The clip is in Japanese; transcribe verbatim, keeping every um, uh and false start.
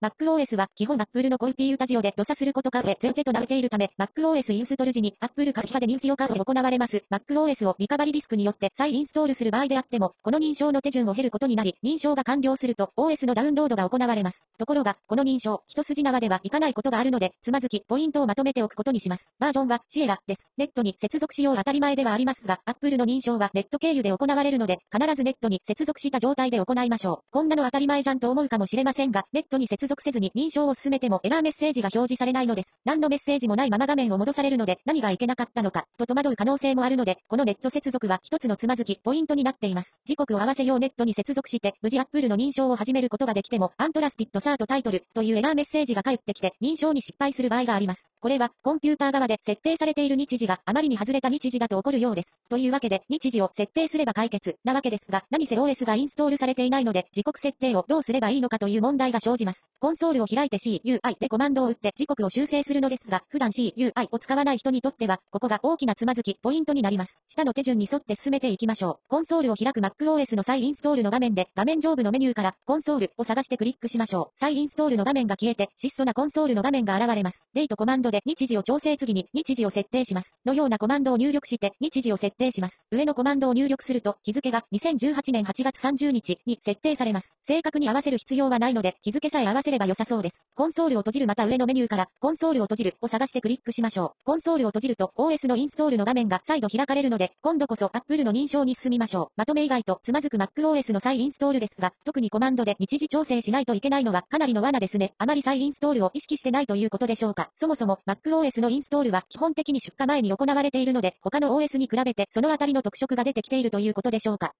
MacOS は基本 Apple のコンピュータジオで動作することが前提となっているため、MacOS インストール時に Apple カフェで認証化を行われます。MacOS をリカバリディスクによって再インストールする場合であっても、この認証の手順を経ることになり、認証が完了すると オーエス のダウンロードが行われます。ところが、この認証、一筋縄ではいかないことがあるので、つまずき、ポイントをまとめておくことにします。バージョンはシエラです。ネットに接続しよう当たり前ではありますが、Apple の認証はネット経由で行われるので、必ずネットに接続した状態で行いましょう。こんなの当たり前じゃんと思うかもしれませんが、ネットに接続せずに認証を進めてもエラーメッセージが表示されないのです。何のメッセージもないまま画面を戻されるので、何がいけなかったのか、と戸惑う可能性もあるので、このネット接続は一つのつまずき、ポイントになっています。時刻を合わせようネットに接続して、無事 Apple の認証を始めることができても、アントラスティッドサートタイトルというエラーメッセージが返ってきて、認証に失敗する場合があります。これは、コンピューター側で設定されている日時があまりに外れた日時だと起こるようです。というわけで、日時を設定すれば解決なわけですが、何せ オーエス がインストールされていないので、時刻設定をどうすればいいのかという問題が生じます。コンソールを開いて シーユーアイ でコマンドを打って時刻を修正するのですが、普段 シーユーアイ を使わない人にとっては、ここが大きなつまずき、ポイントになります。下の手順に沿って進めていきましょう。コンソールを開く MacOS の再インストールの画面で、画面上部のメニューから、コンソールを探してクリックしましょう。再インストールの画面が消えて、質素なコンソールの画面が現れます。デートコマンドで日時を調整次に、日時を設定します。のようなコマンドを入力して、日時を設定します。上のコマンドを入力すると、日付がにせんじゅうはちねんはちがつさんじゅうにちに設定されます。正確に合わせる必要はないので、日付さえ合わせれば良さそうです。コンソールを閉じるまた上のメニューから、コンソールを閉じるを探してクリックしましょう。コンソールを閉じると、オーエス のインストールの画面が再度開かれるので、今度こそ Apple の認証に進みましょう。まとめ以外とつまずく MacOS の再インストールですが、特にコマンドで日時調整しないといけないのはかなりの罠ですね。あまり再インストールを意識してないということでしょうか。そもそも MacOS のインストールは基本的に出荷前に行われているので、他の オーエス に比べてそのあたりの特色が出てきているということでしょうか。